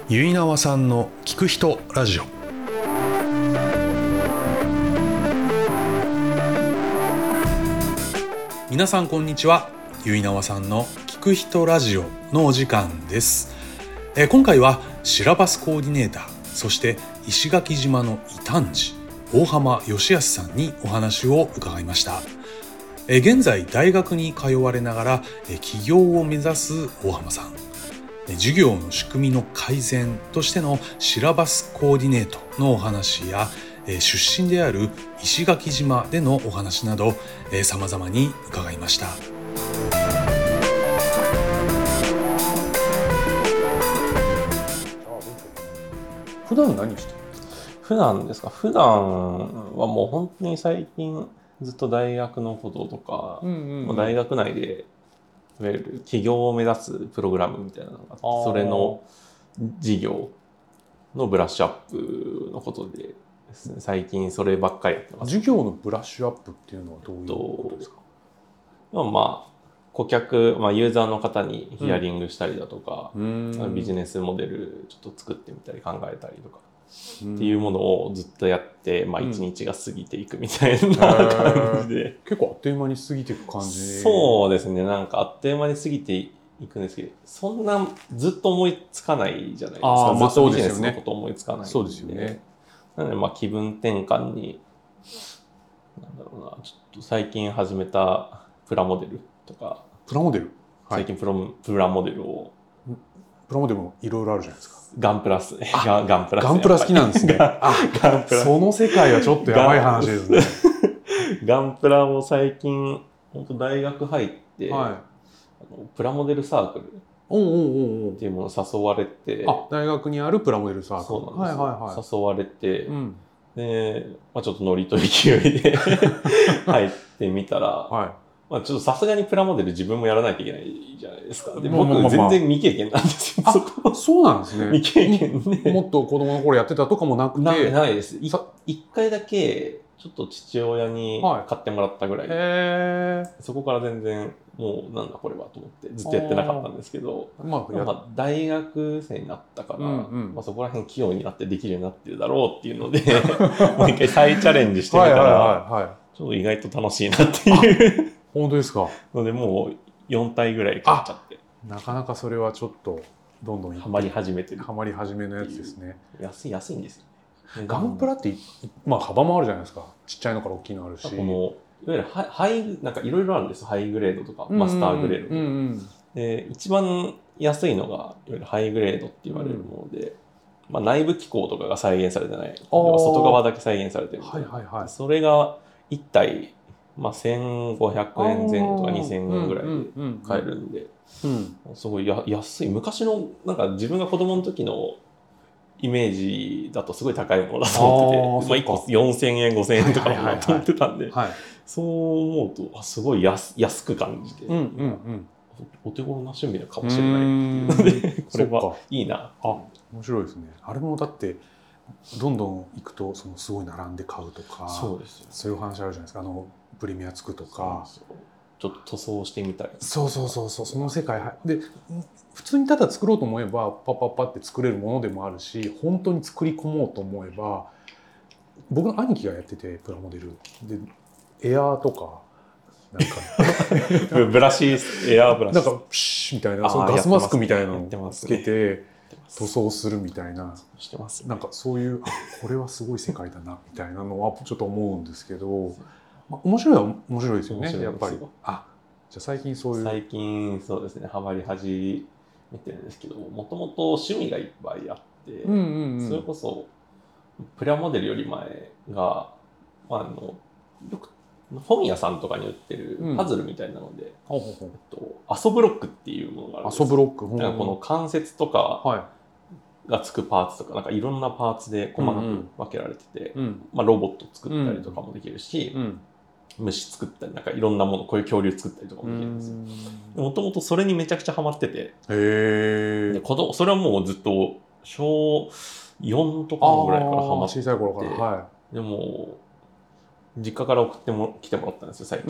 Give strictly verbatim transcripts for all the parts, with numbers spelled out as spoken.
ゆいなわさんの聞く人ラジオ。皆さんこんにちは。ゆいなわさんの聞く人ラジオのお時間です。えー、今回はシラバスコーディネーター、そして石垣島の異端児大浜義康さんにお話を伺いました。えー、現在大学に通われながら、えー、起業を目指す大浜さん、授業の仕組みの改善としてのシラバスコーディネートのお話や、出身である石垣島でのお話など様々に伺いました。普段何してるんですか？ 普段ですか？普段はもう本当に最近ずっと大学のこととか、うんうんうん、もう大学内でいわゆる起業を目指すプログラムみたいなのがあって、それの事業のブラッシュアップのことでですね、最近そればっかりやってます。 事業のブラッシュアップっていうのはどういうことですか？ まあ、まあ、顧客、まあ、ユーザーの方にヒアリングしたりだとか、うん、ビジネスモデルちょっと作ってみたり考えたりとかっていうものをずっとやって、まあ、一日が過ぎていくみたいな感じで、 結構あっという間に過ぎていく感じ。 そうですね、なんかあっという間に過ぎていくんですけど、そんなずっと思いつかないじゃないですか。 あ、まあ、 ずっとビジネスのこと思いつかないんで。 そうですよね。 なのでまあ気分転換に、なんだろうな、ちょっと最近始めたプラモデルとか、 プラモデル、 はい、最近プラ、プラモデルをプラモデルもいろいろあるじゃないですか。 ガンプラスね。ガン、ガンプラス。 ガンプラ好きなんですね。あ、ガンプラ。その世界はちょっとやばい話ですね。 ガンプラを最近、本当大学入って、はい、あのプラモデルサークルっていうものを誘われて、 あ、大学にあるプラモデルサークル。 そうなんですよ。はいはいはい、誘われて、うん、で、まあ、ちょっとノリと勢いで入ってみたら、はい、まあ、ちょっとさすがにプラモデル自分もやらないといけないじゃないですか。で、僕全然未経験なんですよ。 あ、そこそうなんですね。 未経験で。 もっと子供の頃やってたとかもなくて。 なないです。一回だけ、ちょっと父親に買ってもらったぐらい。はい、そこから全然、もうなんだこれはと思ってずっとやってなかったんですけど、まあ、まあ大学生になったから、うんうん、まあ、そこら辺器用になってできるようになってるだろうっていうので、もう一回再チャレンジしてみたら、はいはいはいはい、ちょっと意外と楽しいなっていう。 本当ですか？ のでもうよん体ぐらい買っちゃって。 なかなかそれはちょっとどんどんハマり始めてる。 ハマり始めのやつですね。 安い安いんですよね。 ガンプラって、まあ幅もあるじゃないですか。ちっちゃいのから大きいのあるし。 このいわゆるハイ、なんかいろいろあるんですよ。ハイグレードとか、マスターグレードとか。うんうん、で、一番安いのが、いわゆるハイグレードって言われるもので、うん、まあ内部機構とかが再現されてない。外側だけ再現されてるみたいな。はいはいはい、それがいち体、まあ、せんごひゃくえんぜん後とかにせんえんぐらいで買えるんで、すごいや安い。昔の、なんか自分が子供の時のイメージだとすごい高いものだと思ってて、まあいっこよんせんえん、ごせんえんとかだと思ってたんで、そう思うと、あ、すごい 安, 安く感じて、うんうんうん、お手頃な趣味かもしれないっていうので、これはいいな。 あ、面白いですね。あれもだって、どんどん行くとそのすごい並んで買うとか、 そうですよ、 そういう話あるじゃないですか。あのプレミアつくとか、 ちょっと塗装してみたい。 そうそうそうそう、その世界で普通にただ作ろうと思えばパッパッパって作れるものでもあるし、本当に作り込もうと思えば、僕の兄貴がやっててプラモデルでエアーとかなんかブラシエアーブラシなんかプシッみたいな、そのガスマスクみたいなのをつけて塗装するみたいな、 してます、ね、 なんかそういうこれはすごい世界だなみたいなのはちょっと思うんですけど、まあ、面白いは面白いですよね、やっぱり。あ、じゃあ最近そういう最近そうですね、ハマり始めてるんですけど、もともと趣味がいっぱいあって、うんうんうん、それこそプラモデルより前が、まあ、あのよく本屋さんとかに売ってるパズルみたいなので、うん、えっと、アソブロックっていうものがあるんですよ。 アソブロック、 だからこの関節とかがつくパーツとか、なんかいろんなパーツで細かく分けられてて、うんうん、まあ、ロボット作ったりとかもできるし、うん、虫作ったり、なんかいろんなもの、こういう恐竜作ったりとかもできるんですよ。もともとそれにめちゃくちゃハマってて、へで子供それはもうずっと小よんとかのぐらいからハマってて、 小さい頃から、はい、 でも実家から送っても来てもらったんですよ最近、うん、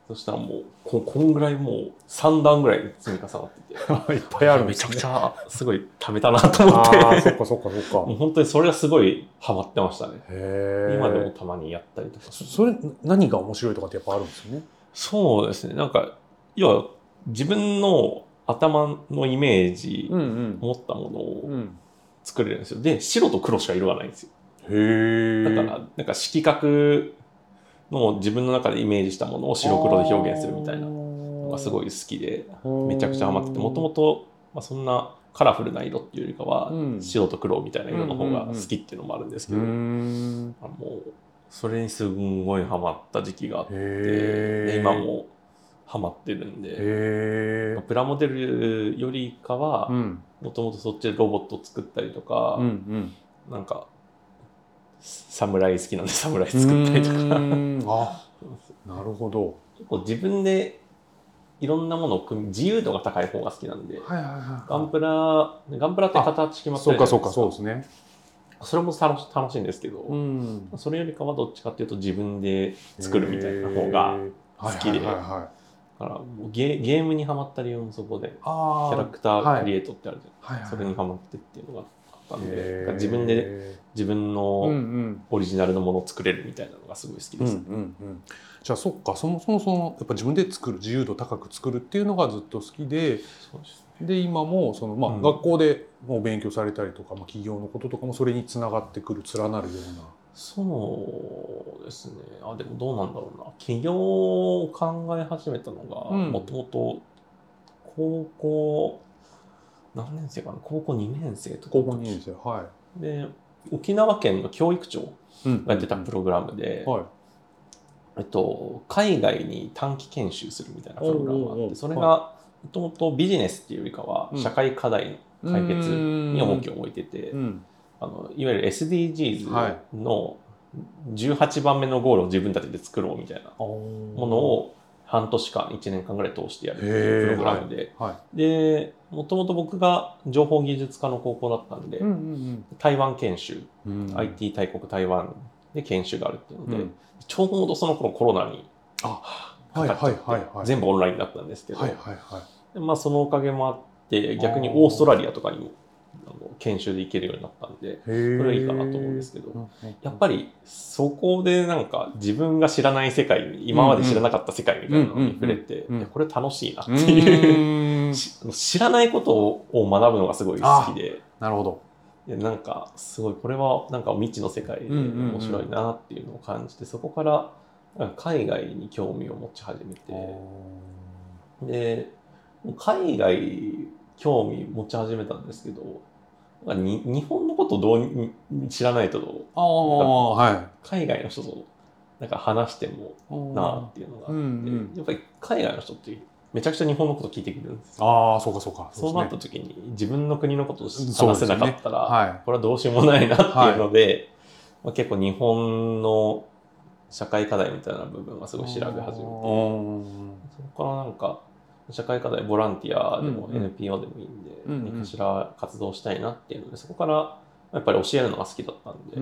そしたらもうここんぐらいもうさん段ぐらい積み重なってていっぱいあるんめちですね。 ゃくちゃすごい食べたなと思ってああ、そっかそっかそっか。 もう本当にそれがすごいハマってましたね。 へ今でもたまにやったりとか。 そそれ何が面白いとかってやっぱあるんですよね。 そうですね。なんか要は自分の頭のイメージ、 うんうん、 思ったものをうん作れるんですよ。で白と黒しか色がないんですよ。 へえ。 だからなんか色覚の自分の中でイメージしたものを白黒で表現するみたいなのがすごい好きでめちゃくちゃハマってて、もともとそんなカラフルな色っていうよりかは、うん、白と黒みたいな色の方が好きっていうのもあるんですけど、うんうんうん、もうそれにすんごいハマった時期があってで今もハマってるんで、プラモデルよりかはもともとそっちでロボットを作ったりとか、うんうん、なんか侍好きなんで侍作ったりとかあなるほど。 結構自分でいろんなものを組み自由度が高い方が好きなんで、はいはいはいはい、ガンプラガンプラって形決まってるじゃないですか。 そうかそうかそうですね。 それも楽し楽しいんですけど、うん、それよりかはどっちかっていうと自分で作るみたいな方が好きで、だからゲゲームにハマった理由もそこでキャラクタークリエイトってあるじゃないですか、それにハマってっていうのがあったんで、自分で自分のオリジナルのものを作れるみたいなのがすごい好きです。うんうんうん、 じゃあそっか、そもそもそのやっぱ自分で作る自由度高く作るっていうのがずっと好きで、そうですね、で今もその、まあうん、学校でもう勉強されたりとか、まあ、企業のこととかもそれにつながってくる連なるような。 そうですね。あでもどうなんだろうな。起業を考え始めたのがもともと高校何年生かな、高校にねん生とか。 高校にねん生、はい。 で沖縄県の教育庁がやってたプログラムで、うんうんうん、はい、えっと、海外に短期研修するみたいなプログラムがあって、それがもともとビジネスっていうよりかは社会課題の解決に重きを置いてて、うん、あのいわゆる エスディージーズ のじゅうはちばんめのゴールを自分たちで作ろうみたいなものを半年間いちねんかんぐらい通してやるっていうプログラムで、はいはい、でもともと僕が情報技術科の高校だったんで、うんうんうん、台湾研修、うん、アイティー 大国台湾で研修があるっていうので、うん、ちょうどその頃コロナにかかっちゃって全部オンラインだったんですけど、はいはいはい、まあ、そのおかげもあって逆にオーストラリアとかにもあの研修で行けるようになったんでそれはいいかなと思うんですけど、やっぱりそこでなんか自分が知らない世界に今まで知らなかった世界みたいなのに触れて、いやこれ楽しいなっていう知らないことを学ぶのがすごい好きで、 なるほど、 でなんかすごいこれはなんか未知の世界で面白いなっていうのを感じて、そこから海外に興味を持ち始めて、で海外興味持ち始めたんですけど、に日本のことをどう知らないとあ、はい、海外の人となんか話してもなあっていうのがあって、うんうん、やっぱり海外の人ってめちゃくちゃ日本のこと聞いてくるんですよ。 ああ、そうかそうか。 そうなった時に自分の国のことを話せなかったら、ね、はい、これはどうしようもないなっていうので、はい、まあ、結構日本の社会課題みたいな部分はすごい調べ始めて、そこからなんか社会課題ボランティアでも エヌピーオー でもいいんで、うんうん、何かしら活動したいなっていうので、そこからやっぱり教えるのが好きだったんで、うん、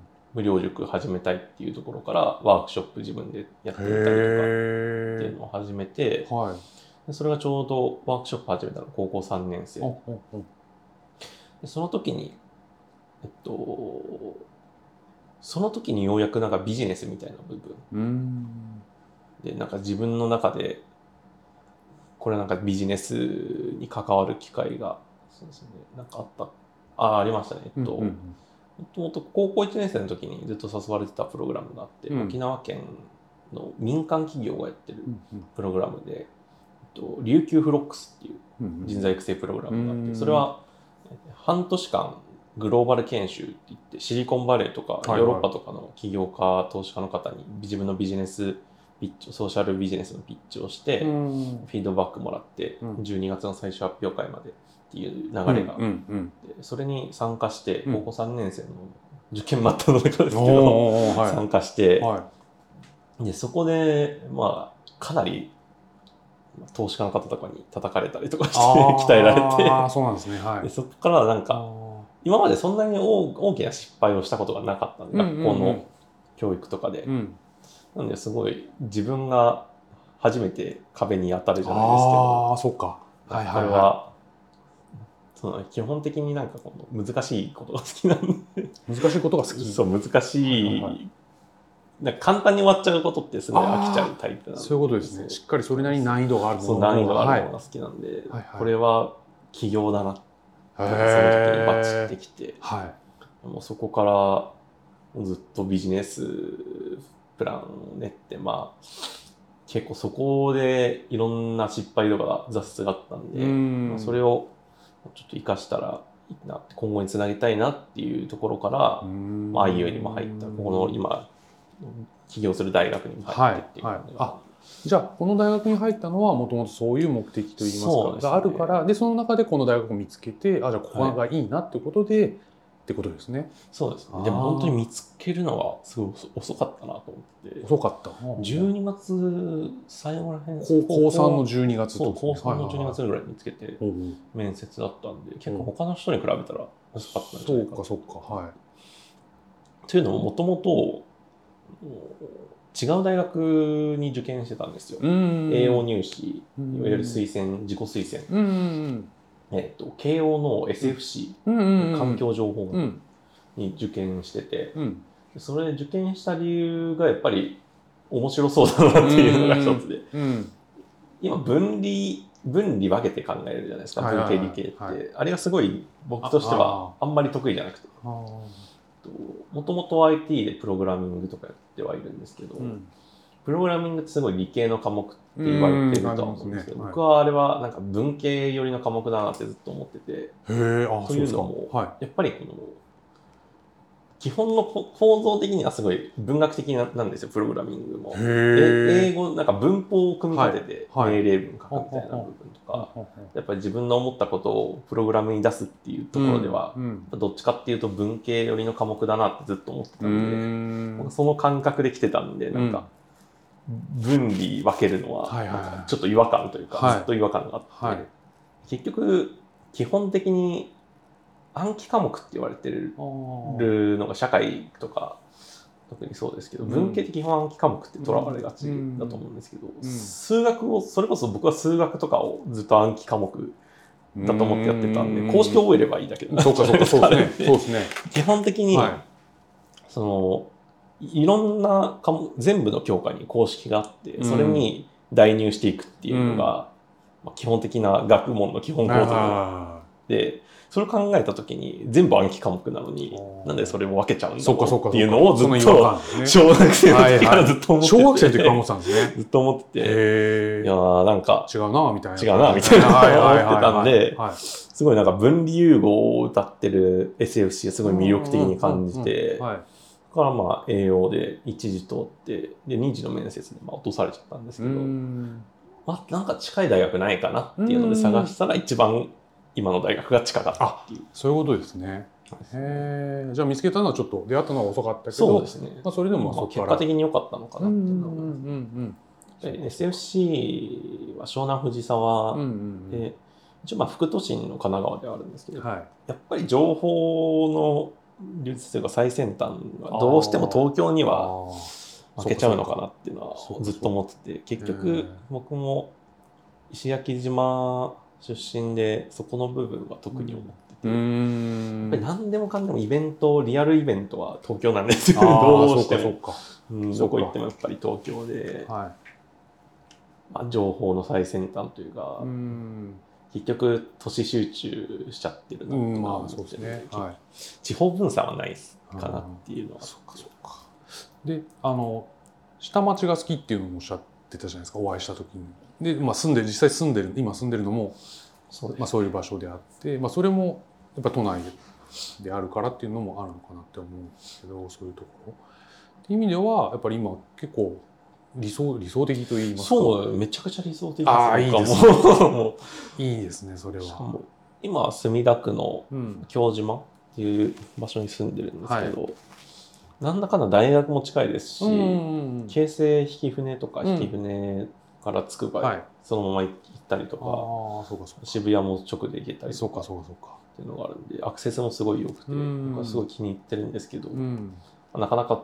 無料塾始めたいっていうところからワークショップ自分でやってみたりとかっていうのを始めて、はい、でそれがちょうどワークショップ始めたのが高校さんねん生で、その時にえっとその時にようやくなんかビジネスみたいな部分、うん、でなんか自分の中でこれなんかビジネスに関わる機会がそうですね、なんかあったあありましたね。えっと、もともと高校いちねん生の時にずっと誘われてたプログラムがあって、うん、沖縄県の民間企業がやってるプログラムで、えっと、琉球フロックスっていう人材育成プログラムがあって、それは半年間グローバル研修って言ってシリコンバレーとかヨーロッパとかの起業家投資家の方に自分のビジネスピッチソーシャルビジネスのピッチをしてフィードバックもらってじゅうにがつの最終発表会までっていう流れがあって、それに参加して高校さんねん生の受験真っただ中ですけど参加してでそこでまあかなり投資家の方とかに叩かれたりとかして鍛えられて、 あそうなんですね、はい、 でそこからなんか今までそんなに大きな失敗をしたことがなかったんで、学校の教育とかで、うん、なんですごい自分が初めて壁に当たるじゃないですけど、 ああ、そっか。はいはいはい、 これはその基本的になんかこの難しいことが好きなんで難しいことが好き。 そう難しい、はいはいはい、なんか簡単に終わっちゃうことってすごい飽きちゃうタイプなんで。 そういうことですね。しっかりそれなりに難易度があるものそう難易度があるものが好きなんで、はいはいはい、これは起業だなってその時にバチってきて、はい、もうそこからずっとビジネスプランを練って、まあ結構そこでいろんな失敗とか挫折があったんで、んまあ、それをちょっと生かしたらいいなって今後につなげたいなっていうところから、まあ、アイユーにも入ったここの今起業する大学にも入ってっていう、はいはい、 あじゃあこの大学に入ったのはもともとそういう目的といいますか、ね、があるからでその中でこの大学を見つけてあじゃあここがいいなってことで、はい、ってことですね。 そうですね。でも本当に見つけるのがすごい遅かったなと思って。 遅かった。 じゅうにがつ最後らへん。 高さんのじゅうにがつ、 ね、そう高さんのじゅうにがつぐらいに見つけて面接だったんで、結構他の人に比べたら遅かったんじゃないかな。 そうかそうか。はい。 というのももともと違う大学に受験してたんですよ。栄養入試、いわゆる推薦、自己推薦。うんうんえっと、慶応の エスエフシー、環境情報学に受験してて、うん、それで受験した理由がやっぱり面白そうだなっていうのが一つで、うんうん、今分離分離分けて考えるじゃないですか、文系理系って、はいはいはい、あれがすごい僕としてはあんまり得意じゃなくて、もともと アイティー でプログラミングとかやってはいるんですけど、うん、プログラミングってすごい理系の科目って言われてるとは思うんですけど、ね、僕はあれはなんか文系寄りの科目だなってずっと思ってて、へー、あ、というのも、はい、やっぱりこの基本の構造的にはすごい文学的なんですよ、プログラミングも。英語、なんか文法を組み立てて命令文書くみたいな部分とか、やっぱり自分の思ったことをプログラムに出すっていうところでは、うんうん、どっちかっていうと文系寄りの科目だなってずっと思ってたんで、その感覚で来てたんで、なんか分離分けるのはちょっと違和感というか、はい、ずっと違和感があって、はい、結局基本的に暗記科目って言われてるのが社会とか特にそうですけど、うん、文系って基本暗記科目ってとらわれがちだと思うんですけど、うん、数学をそれこそ僕は数学とかをずっと暗記科目だと思ってやってたんで、公式を覚えればいいだけど、 そうかそうかそうですね。そうですね。 基本的に、はい、そのいろんな科目全部の教科に公式があってそれに代入していくっていうのが、うんまあ、基本的な学問の基本構造で。それを考えたときに全部暗記科目なのになんでそれを分けちゃうんだろうっていうのをずっと小学生の時からずっと思ってて、 小学生の時から思ってたんですね。 ずっと思ってて、いやーなんか違うなみたいな違うなみたいな思ってたんで、すごいなんか分離融合を歌ってる エスエフシー がすごい魅力的に感じて、だからまあ栄養で一次通ってで二次の面接でまあ落とされちゃったんですけど、まあなんか近い大学ないかなっていうので探したら一番今の大学が近かったっていう。 そういうことですね。へー、じゃあ見つけたのはちょっと出会ったのは遅かったけど、 そうですね。 まあそれでもまあ結果的に良かったのかなっていうのは思います。エスエフシー は湘南藤沢で、うんうんうん、一応まあ副都心の神奈川ではあるんですけど、はい、やっぱり情報の流通というか最先端はどうしても東京には負けちゃうのかなっていうのはずっと思ってて、結局僕も石垣島出身でそこの部分は特に思ってて、うん、やっぱり何でもかんでもイベントリアルイベントは東京なんですよ。どうしてもうん、どこ行ってもやっぱり東京で、はいまあ、情報の最先端というか、うん、結局都市集中しちゃってるなと思ってるので、地方分散はないかなっていうのは。 そうかそうか。で、あの下町が好きっていうのもおっしゃってたじゃないですか、お会いした時に。で、まあ、住んでる実際住んでる今住んでるのもそう、まあ、そういう場所であって、まあ、それもやっぱ都内であるからっていうのもあるのかなって思うんですけど、そういうところっていう意味ではやっぱり今結構理想理想的と言いますか。 そうめちゃくちゃ理想的です。 ああいいですね。いいですねそれは。 今は墨田区の京島っていう場所に住んでるんですけど、はい、なんだかんだ大学も近いですし、京成曳舟とか曳舟からつくば、はい、そのまま行ったりとか、あそうかそうか渋谷も直で行けたりとかっていうのがあるんでアクセスもすごい良くて僕はすごい気に入ってるんですけど、うん、なかなか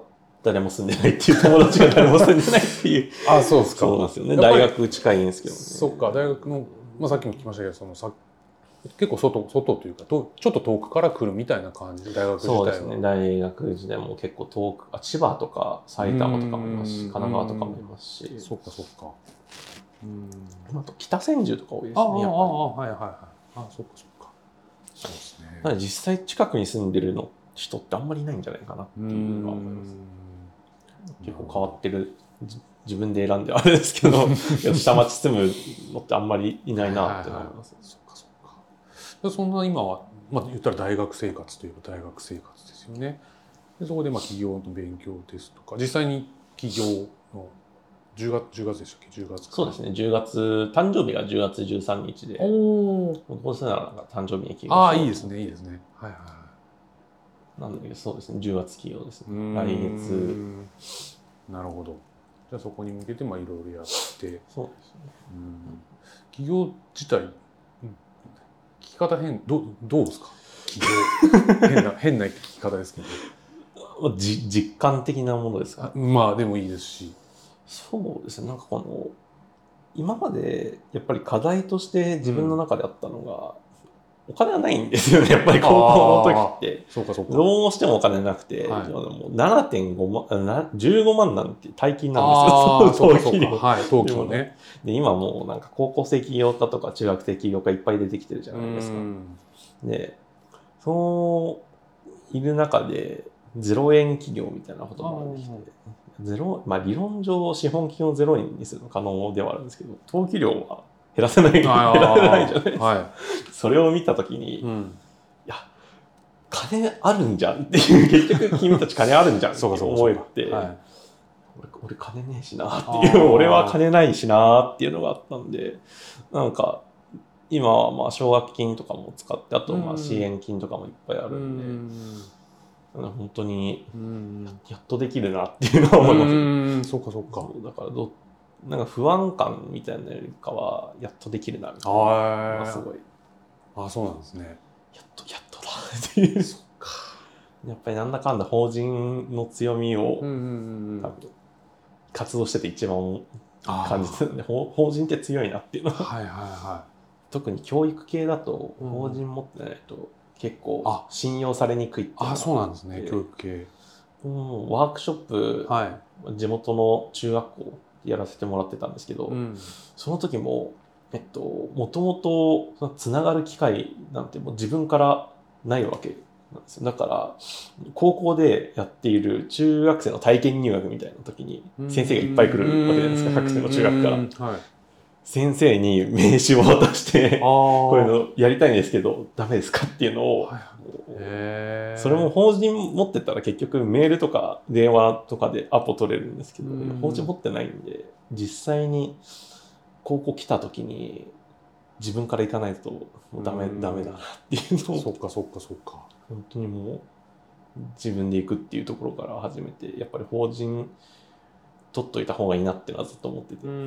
誰も住んでないっていう友達が誰も住んでないっていうあ、そうですか。 そうなんですよね。大学近いんですけどね。 そっか、大学の、まあ、さっきも聞きましたけど、そのさ結構外外というかとちょっと遠くから来るみたいな感じで大学自体は。 そうですね。大学時代も結構遠く、あ、千葉とか埼玉とかもいますし、神奈川とかもいますし。 そっかそっか。 うん。あと北千住とか多いですね。 ああ、 やっぱり。 ああ、はいはいはい。あ、そっかそっか。そうですね。 ただ実際近くに住んでるの人ってあんまりいないんじゃないかなっていうのは思います。結構変わってる。自分で選んであれですけど、下町住むのってあんまりいないなって思います。 そっかそっか。そんな今は、まあ、言ったら大学生活といえば大学生活ですよね。でそこでまあ企業の勉強ですとか、実際に企業のじゅうがつ、じゅうがつでしたっけ？じゅうがつか。 そうですね。じゅうがつ、誕生日がじゅうがつじゅうさんにちで、おお。どうせならなんか誕生日に起業ああ、いいですね、いいですね。はいはい。 なんだけど、そうですね。じゅうがつ起業ですね。来月。 なるほど。じゃあそこに向けてまあいろいろやって。そうですね。 うん。 企業自体、聞き方変、どどうですか？企業変な変な聞き方ですけど。 じ実感的なものですか？ まあでもいいですし。 そうですね。なんかこの今までやっぱり課題として自分の中であったのが、うん、お金はないんですよね。やっぱり高校の時って。 そうかそうか。 どうしてもお金なくて、はい、もう ななてんごまん、じゅうごまんなんて大金なんですよ。 そうかそうか。はい、登記もね。 で、今もうなんか高校生起業家とか中学生起業家いっぱい出てきてるじゃないですか。で、そういる中で、ゼロえん企業みたいなこともできて、ゼロ、まあ理論上資本金をゼロえんにするの可能ではあるんですけど、登記料は減らせない、減らせないじゃないですか。はい、それを見たときに、うん、いや、金あるんじゃんっていう、結局君たち金あるんじゃんって思えて、はい、俺, 俺金ねえしなっていう、俺は金ないしなっていうのがあったんで、なんか、今はまあ奨学金とかも使って、あとまあ支援金とかもいっぱいあるんで、うん、本当にやっとできるなっていうのは思います。うん、そうかそうか。そうだからどなんか不安感みたいなよりかはやっとできるなみたいな。ああ、すごい。 あ、そうなんですね。 やっとやっとだっていう。そっか。やっぱりなんだかんだ法人の強みを、うんうんうん、多分活動してて一番感じてるんで、法人って強いなっていうのは。はいはいはい。特に教育系だと法人持ってないと結構信用されにくいっていうのがあって。あ、そうなんですね、教育系。うん、ワークショップ、はい、地元の中学校でやらせてもらってたんですけど、うん、その時も、えっと、もともとつながる機会なんてもう自分からないわけなんですよ。だから、高校でやっている中学生の体験入学みたいな時に先生がいっぱい来るわけじゃないですか、各生の中学から。はい、先生に名刺を渡して、こういうのやりたいんですけど、ダメですかっていうのを、はい、それも法人持ってたら結局メールとか電話とかでアポ取れるんですけど、法人持ってないんで、実際に高校来た時に自分から行かないともうダメ、ダメだなっていうのを。そっかそっかそっか。本当にもう自分で行くっていうところから始めて、やっぱり法人取っといた方がいいなってのはずっと思ってて、うん、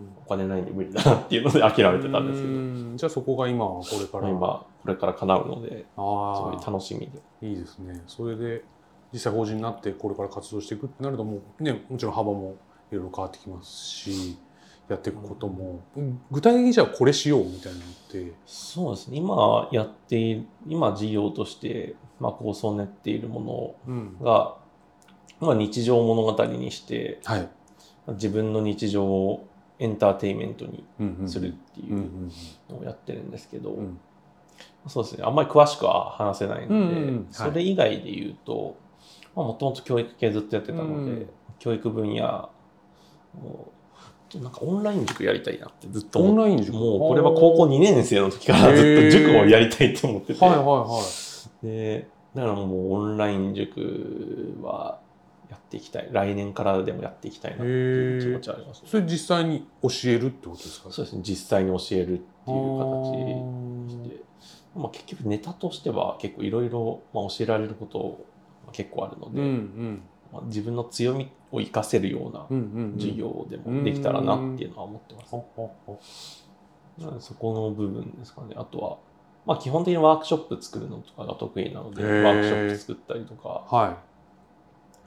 お金ないんで無理だなっていうので諦めてたんですけど、うん、じゃあそこが今はこれから今これから叶うので、すごい楽しみで。いいですね。それで実際法人になってこれから活動していくってなるともうね、もちろん幅もいろいろ変わってきますし、やっていくことも、うん、具体的にじゃあこれしようみたいなのって。そうですね。今やっている今事業としてまあ構想を練っているものが、うん、まあ、日常を物語にして、はい、自分の日常をエンターテインメントにするっていうのをやってるんですけど、うんうん、そうですね、あんまり詳しくは話せないので、うんうん、それ以外で言うと、もともと教育系ずっとやってたので、うん、教育分野なんかオンライン塾やりたいなってずっと思って、オンライン塾もうこれは高校にねん生の時からずっと塾をやりたいって思ってて、はいはいはい、でだからもうオンライン塾はやっていきたい。来年からでもやっていきたいなっていう気持ちはあります、ね。それ実際に教えるってことですか？そうですね。実際に教えるっていう形で、まあ、結局ネタとしては結構いろいろ教えられること結構あるので、うんうんまあ、自分の強みを生かせるような授業でもできたらなっていうのは思ってます。うんうんうん、そこの部分ですかね。あとは、まあ、基本的にワークショップ作るのとかが得意なので、ワークショップ作ったりとか、はい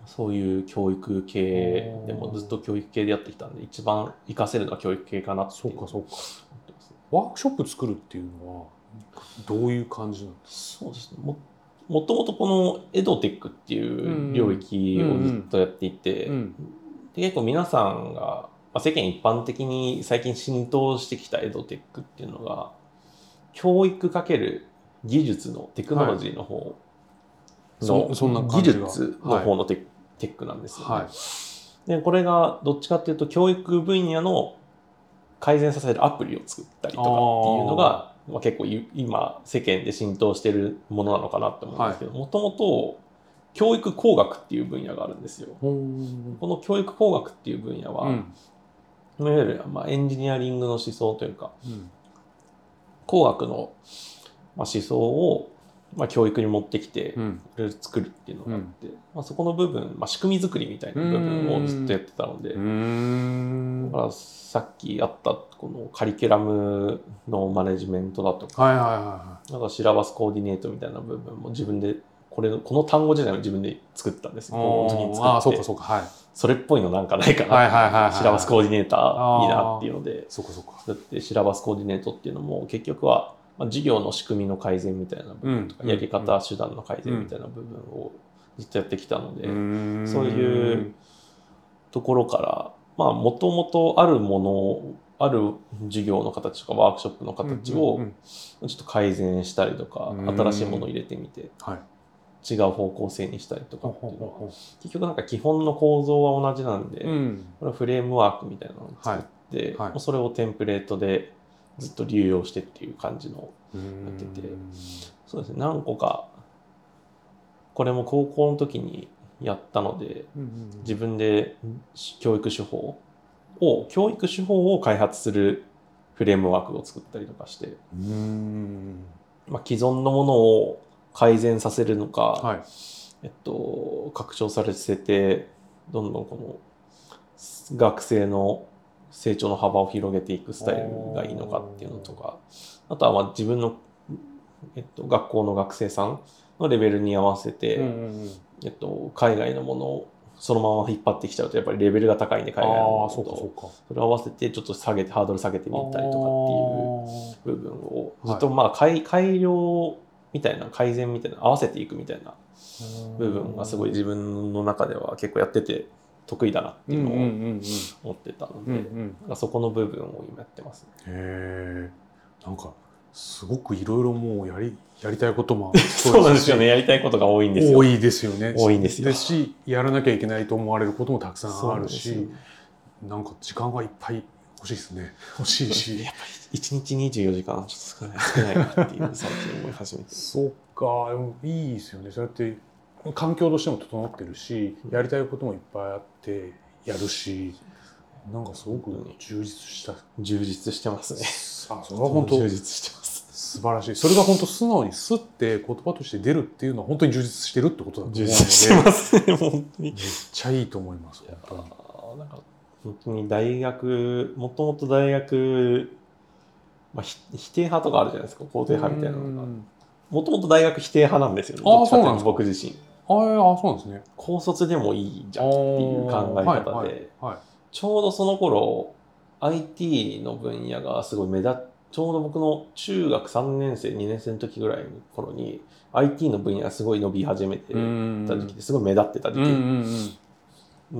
そういう教育系でもずっと教育系でやってきたんで、一番活かせるのは教育系かなっていう。 そうかそうか。ワークショップ作るっていうのはどういう感じなんですか？ そうですね。ももともとこのエドテックっていう領域をずっとやっていて、 うんうん、 で結構皆さんが、まあ、世間一般的に最近浸透してきたエドテックっていうのが、教育かける技術のテクノロジーの方の、 はい、そ, そんな技術の方のテ,、はい、テックなんですよね、はい。でこれがどっちかっていうと教育分野の改善させるアプリを作ったりとかっていうのが、まあ、結構今世間で浸透しているものなのかなと思うんですけど、もともと教育工学っていう分野があるんですよ。この教育工学っていう分野は、うん、いわゆるまあエンジニアリングの思想というか、うん、工学のまあ思想をまあ教育に持ってきて、うん、いろいろ作るっていうのがあって、うん、まあ、そこの部分、まあ、仕組み作りみたいな部分をずっとやってたので、うーん、だからさっきあったこのカリキュラムのマネジメントだとか、はいはいはいはい、なんかシラバスコーディネートみたいな部分も自分でこれこの単語自体を自分で作ったんですよ。この時に作って、あ、そうかそうか、はい、それっぽいのなんかないかな、はいはいはいはい、シラバスコーディネーターいいなっていうので、そうかそうか、だってシラバスコーディネートっていうのも結局はまあ、事業の仕組みの改善みたいな部分とか、うん、やり方、うん、手段の改善みたいな部分をずっとやってきたので、うん、そういうところから、まあ、もともとあるもの、ある授業の形とかワークショップの形をちょっと改善したりとか、うん、新しいものを入れてみて、はい、違う方向性にしたりとかっていうのは、結局なんか基本の構造は同じなんで、うん、これはフレームワークみたいなのを作って、はいはい、それをテンプレートでずっと流用してっていう感じのやってて、そうですね、何個かこれも高校の時にやったので、自分で教育手法を教育手法を開発するフレームワークを作ったりとかして、うーん、まあ、既存のものを改善させるのか、はい、えっと、拡張させてどんどんこの学生の成長の幅を広げていくスタイルがいいのかっていうのとか、あとはまあ自分の、えっと、学校の学生さんのレベルに合わせて、うんうんうん、えっと、海外のものをそのまま引っ張ってきちゃうとやっぱりレベルが高いんで、海外のものと そ, うかそれを合わせてちょっと下げてハードル下げてみたりとかっていう部分をずっとまあ 改, 改良みたいな改善みたいな合わせていくみたいな部分がすごい自分の中では結構やってて得意だなっていうのを思ってたので、うんうんうん、そこの部分を今やってます、ね。 へー、なんかすごくいろいろもうやりやりたいこともそうなんですよね、やりたいことが多いんですよ。 多いですよね。 多いんですよ。 ですし、やらなきゃいけないと思われることもたくさんあるし、なんか時間がいっぱい欲しいですね。欲しいし、 やっぱりいちにちにじゅうよじかんちょっと少ないなっていう最近思い始めて。 そっか、いいですよね。そうやって環境としても整ってるし、やりたいこともいっぱいあってやるし、なんかすごく充実した。 充実してますね。 あ、それは本当充実してます。 素晴らしい。それが本当素直にスッて言葉として出るっていうのは本当に充実してるってことだと思うので。充実してますね、本当に。 めっちゃいいと思います。本当に。 なんか本当に大学、もともと大学、まあ、否定派とかあるじゃないですか、肯定派みたいなのが。もともと大学否定派なんですよね。 あ、そうなんですか。 僕自身。 ああ、そうなんですね。 高卒でもいいじゃんっていう考え方で、はいはいはい、ちょうどその頃 アイティー の分野がすごい目立っちょうど僕の中学さんねん生にねん生の時ぐらいの頃に アイティー の分野がすごい伸び始めてた時期ですごい目立ってた時期、うんうんうん、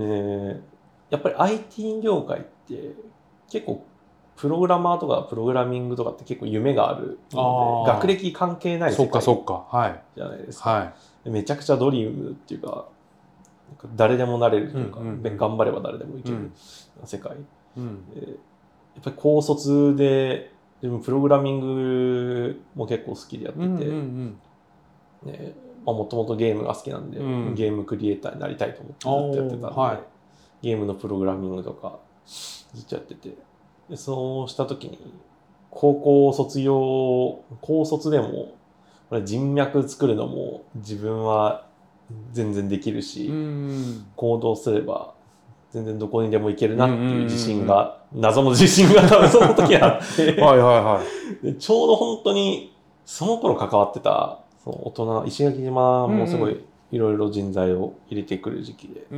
でやっぱり アイティー 業界って結構プログラマーとかプログラミングとかって結構夢があるので、学歴関係ない世界じゃないですか、はい、めちゃくちゃドリームっていうか誰でもなれるというか、うんうんうん、頑張れば誰でもいける世界、うん、やっぱり高卒で自分プログラミングも結構好きでやってて、うんうんうんね、まあ、もともとゲームが好きなんで、うん、ゲームクリエイターになりたいと思ってずっとやってたんで、はい、ゲームのプログラミングとかずっとやってて、でそうした時に高校卒業高卒でもこれ人脈作るのも自分は全然できるし、うん、行動すれば全然どこにでも行けるなっていう自信が、うんうんうん、謎の自信が多分その時あってはいはい、はい、でちょうど本当にその頃関わってたその大人石垣島もすごいいろいろ人材を入れてくる時期で、 うんうん、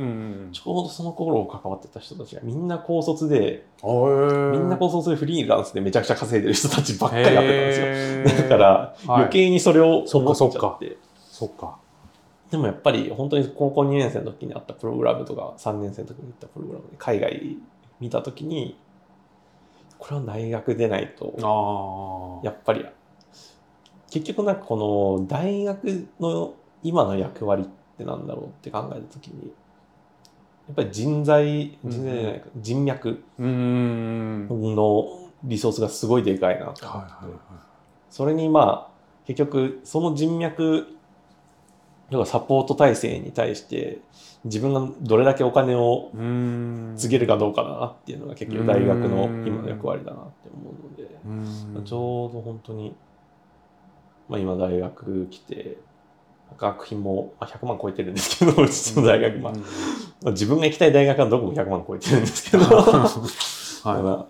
ちょうどその頃関わってた人たちがみんな高卒で、 みみんな高卒でフリーランスでめちゃくちゃ稼いでる人たちばっかりやってたんですよ。だから余計にそれを思っちゃって、はい、そっかそっかそっか。 でもやっぱり本当に高校にねん生の時にあったプログラムとかさんねん生の時にあったプログラムで海外見た時に、これは大学出ないとやっぱり結局なんかこの大学の今の役割ってなんだろうって考えた時に、やっぱり人材人材じゃないか、うん、人脈のリソースがすごいでかいなと思って、それにまあ結局その人脈要はサポート体制に対して自分がどれだけお金を告げるかどうかだなっていうのが結局大学の今の役割だなって思うので、ちょうど本当に、まあ、今大学来て学費もひゃくまん超えてるんですけど、うちの大学、まあ、自分が行きたい大学はどこもひゃくまん超えてるんですけど、はい、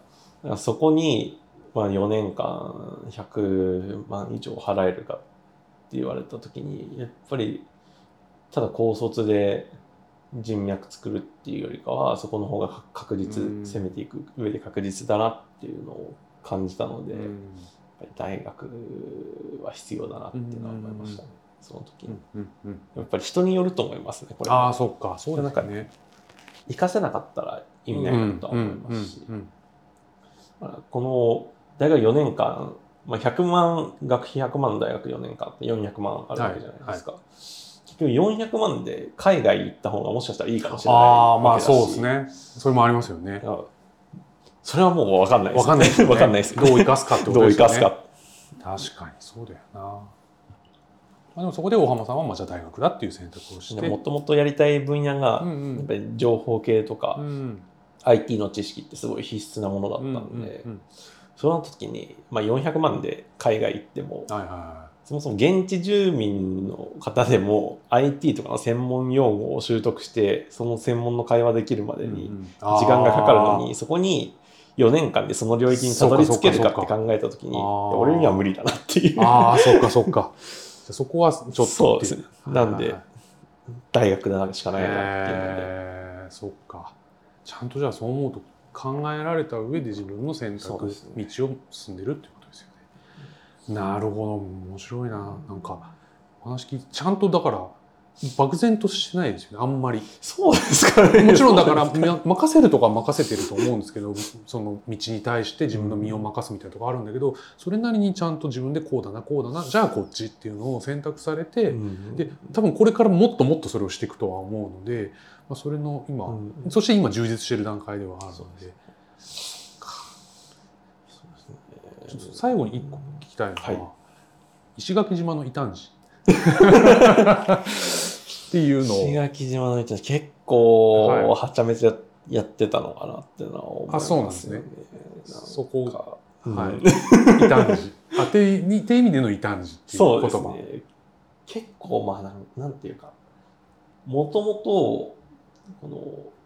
だからそこにまあよねんかんひゃくまん以上払えるかって言われた時に、やっぱりただ高卒で人脈作るっていうよりかはそこの方が確実、攻めていく上で確実だなっていうのを感じたので、やっぱり大学は必要だなっていうのは思いましたね、その時に、うんうんうん、やっぱり人によると思いますね、これは。 ああ、そっか、そうですね。なんかね、 活かせなかったら意味ないなとは思いますし、この大学よねんかん、まあ、ひゃくまん学費ひゃくまんの大学よねんかんってよんひゃくまんあるわけじゃないですか、はいはい、結局よんひゃくまんで海外行った方がもしかしたらいいかもしれないわけだし、あ、まあそうですね、 それもありますよね。 それはもう分かんないです、ね、分かんないですね。分かんないです、ね、 どう生かすかってことですよね。どう生かすか。確かにそうだよな。まあ、でもそこで大浜さんはまあじゃあ大学だっていう選択をして、 もともとやりたい分野がやっぱり情報系とか、うんうん、アイティー の知識ってすごい必須なものだったので、うんうんうん、その時に、まあ、よんひゃくまんで海外行っても、はいはいはい、そもそも現地住民の方でも アイティー とかの専門用語を習得してその専門の会話できるまでに時間がかかるのに、うんうん、そこによねんかんでその領域にたどり着けるかって考えた時に俺には無理だなっていう。 ああ、そっかそっか。そこはちょっとそうですね。なんで大学でしかないなっていうので、 えー、そっか。ちゃんとじゃあそう思うと考えられた上で自分の選択、ね、道を進んでるっていうことですよね。なるほど、面白いな。なんか話聞いてちゃんとだから漠然としてないですよね、あんまり。 そうですかね。 もちろんだから任せるとか任せてると思うんですけど、その道に対して自分の身を任すみたいなところあるんだけど、それなりにちゃんと自分でこうだなこうだな、じゃあこっちっていうのを選択されて、で多分これからもっともっとそれをしていくとは思うので、まあ、それの今、そして今充実してる段階ではあるので。ちょっと最後に一個聞きたいのは、はい、石垣島の異端児っていうのを、 石垣島の異端児結構はちゃめちゃやってたのかなっていうのは思いますよね。 あ、そうなんですね。そこが、はい、異端児。あ、ていう意味での異端児っていう言葉。そうですね。 結構まあなん、なんていうか、もともとこの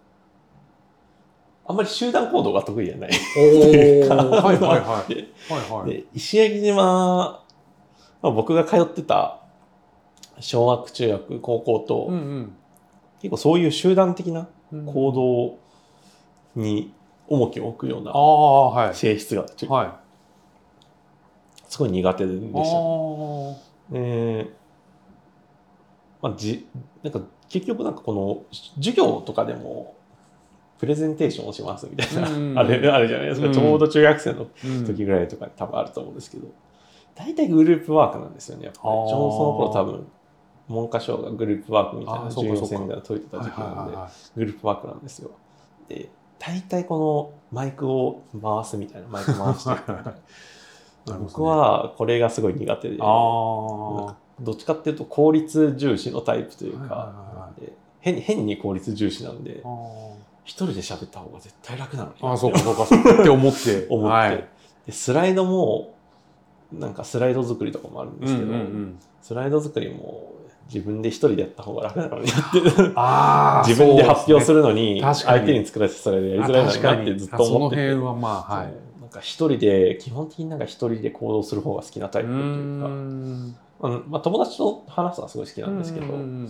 あんまり集団行動が得意じゃないっていうか、はいはいはい。で、石垣島、まあ、僕が通ってた小学、中学、高校と、うんうん、結構そういう集団的な行動に重きを置くような性質が、はいはい、すごい苦手でした。で、まあ、じなんか結局なんかこの授業とかでもプレゼンテーションをしますみたいな、うん、あれあるじゃないですか、うん、ちょうど中学生の時ぐらいとかに多分あると思うんですけど、大体グループワークなんですよね。やっぱりちょうどその頃多分文科省がグループワークみたいな重要性みたいなのを解いてた時期なんで、グループワークなんですよ。で、大体このマイクを回すみたいな、マイク回していくみたいな僕はこれがすごい苦手で、どっちかっていうと効率重視のタイプというか、変に変に効率重視なんで、一人で喋った方が絶対楽なのに。 ああ、そうかそうかそうかって思って。 思って、はい、で。スライドも、なんかスライド作りとかもあるんですけど、うんうんうん、スライド作りも自分で一人でやった方が楽なのにってあ自分で発表するのに相手に作らせてそれでやりづらいのになってずっと思ってて、その辺はまあ、はい、 なんか一人で基本的になんか一人で行動する方が好きなタイプというか、うん、まあ、友達と話すのはすごい好きなんですけど、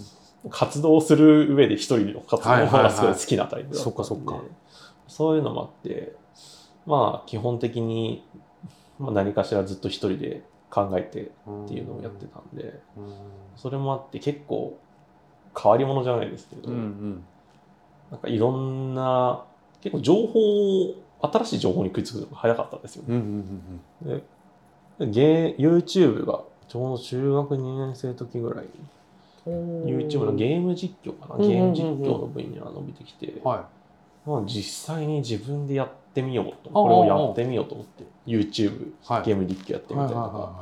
活動する上で一人の活動がすごい好きなタイプだったんで、 そっかそっか。 そういうのもあって、まあ基本的に何かしらずっと一人で考えてっていうのをやってたんで、それもあって結構変わり者じゃないですけど、うんうん、なんかいろんな結構情報新しい情報に食いつくのが早かったんですよ。うんうんうんうん、でゲ YouTube がちょうど中学にねん生の時ぐらいに YouTube のゲーム実況かな、ゲーム実況の分野が伸びてきて、はい、まあ、実際に自分でやってみようと、これをやってみようと思って YouTube、はい、ゲーム実況やってみたりとか、はいはいはい、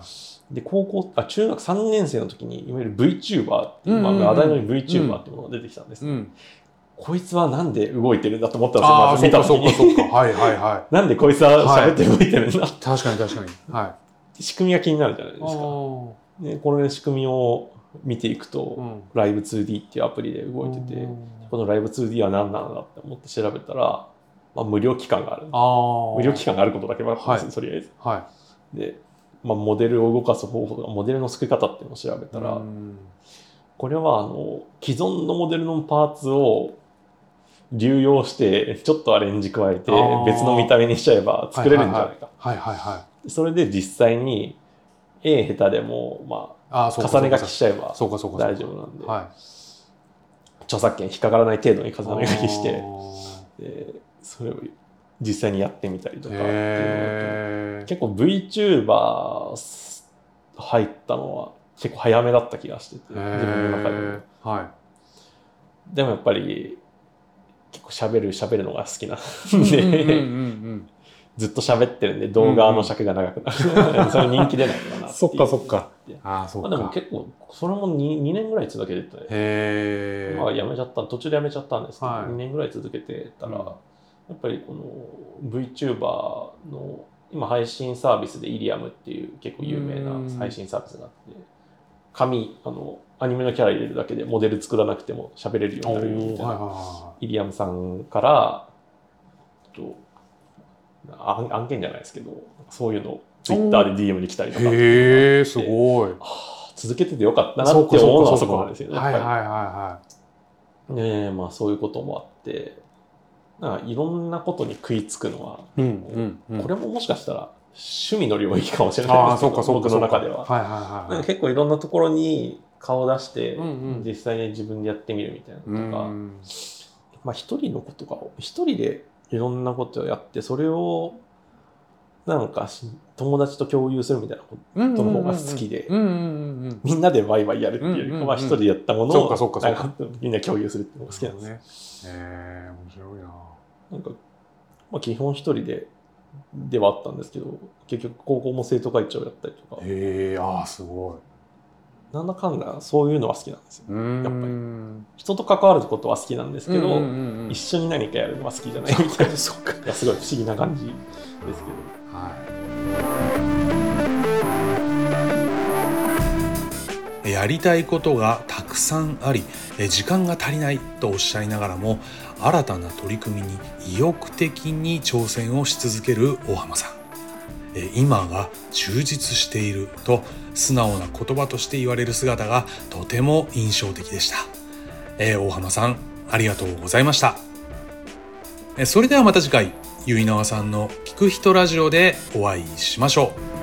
で高校あ中学さんねん生の時にいわゆる VTuber っていう、うんうんうん、まあ、話題の VTuber っていうものが出てきたんです、うんうん、こいつはなんで動いてるんだと思ったんですよ、まず見た時に。そうかそうか、はいはいはい。なんでこいつは喋って動いてるんだ、はい、 確かに確かに、はい、 仕組みが気になるじゃないですか。でこの仕組みを見ていくと、うん、ライブ ツーディー っていうアプリで動いてて、うん、このライブ ツーディー は何なのだって思って調べたら、まあ、無料期間がある。あ無料期間があることだけ分かったんですよ、はい、とりあえず。はい、で、まあ、モデルを動かす方法とか、モデルの作り方っていうのを調べたら、うん、これはあの既存のモデルのパーツを流用してちょっとアレンジ加えて別の見た目にしちゃえば作れるんじゃないか。はいはいはい。それで実際に絵下手でもまあ重ね書きしちゃえば大丈夫なんで、はい、著作権引っかからない程度に重ね書きしてでそれを実際にやってみたりとかっていうのと、結構 VTuber 入ったのは結構早めだった気がしてて、自分の中でも、はい、でもやっぱり結構喋る喋るのが好きなんでずっと喋ってるんで動画の尺が長くなる、うんうん、それ人気出ないかなっていう。そっかそっか。ああそっか。まあ、でも結構それも 2, 2年ぐらい続けてて、へまあやめちゃった途中でやめちゃったんですけど、はい、にねんぐらい続けてたら、うん、やっぱりこの VTuber の今配信サービスでイリアムっていう結構有名な配信サービスがあって、紙あのアニメのキャラ入れるだけでモデル作らなくても喋れるようになるみたいな、イリアムさんからと案, 案件じゃないですけどそういうのツイッターで ディーエム に来たりとか、へーすごい、続けててよかったなって思うのはそこなんですよね。はいはいはいはい。ね、まあそういうこともあってなんかいろんなことに食いつくのは、うんうんうん、これももしかしたら趣味の領域かもしれないですけど、僕の中では、はいはいはい、結構いろんなところに顔を出して、うんうん、実際に自分でやってみるみたいなのとか、うん、まあ一人のことかを一人でいろんなことをやってそれをなんか友達と共有するみたいなことの方が好きで、みんなでワイワイやるっていうよりか、うんうん、まあ一人でやったものをなんかみんな共有するっていうのが好きなんです。へえ、面白いな。なんかまあ基本一人でではあったんですけど、結局高校も生徒会長やったりとか。へえ、ああすごい。なんだかんだそういうのは好きなんですよ。やっぱり人と関わることは好きなんですけど、うんうんうんうん、一緒に何かやるのは好きじゃないみたいな。そっか、すごい不思議な感じですけど。はい。 やりたいことがたくさんあり、時間が足りないとおっしゃいながらも、新たな取り組みに意欲的に挑戦をし続ける大浜さん。今が充実していると素直な言葉として言われる姿がとても印象的でした。えー、大浜さんありがとうございました。それではまた次回、結菜さんの聞く人ラジオでお会いしましょう。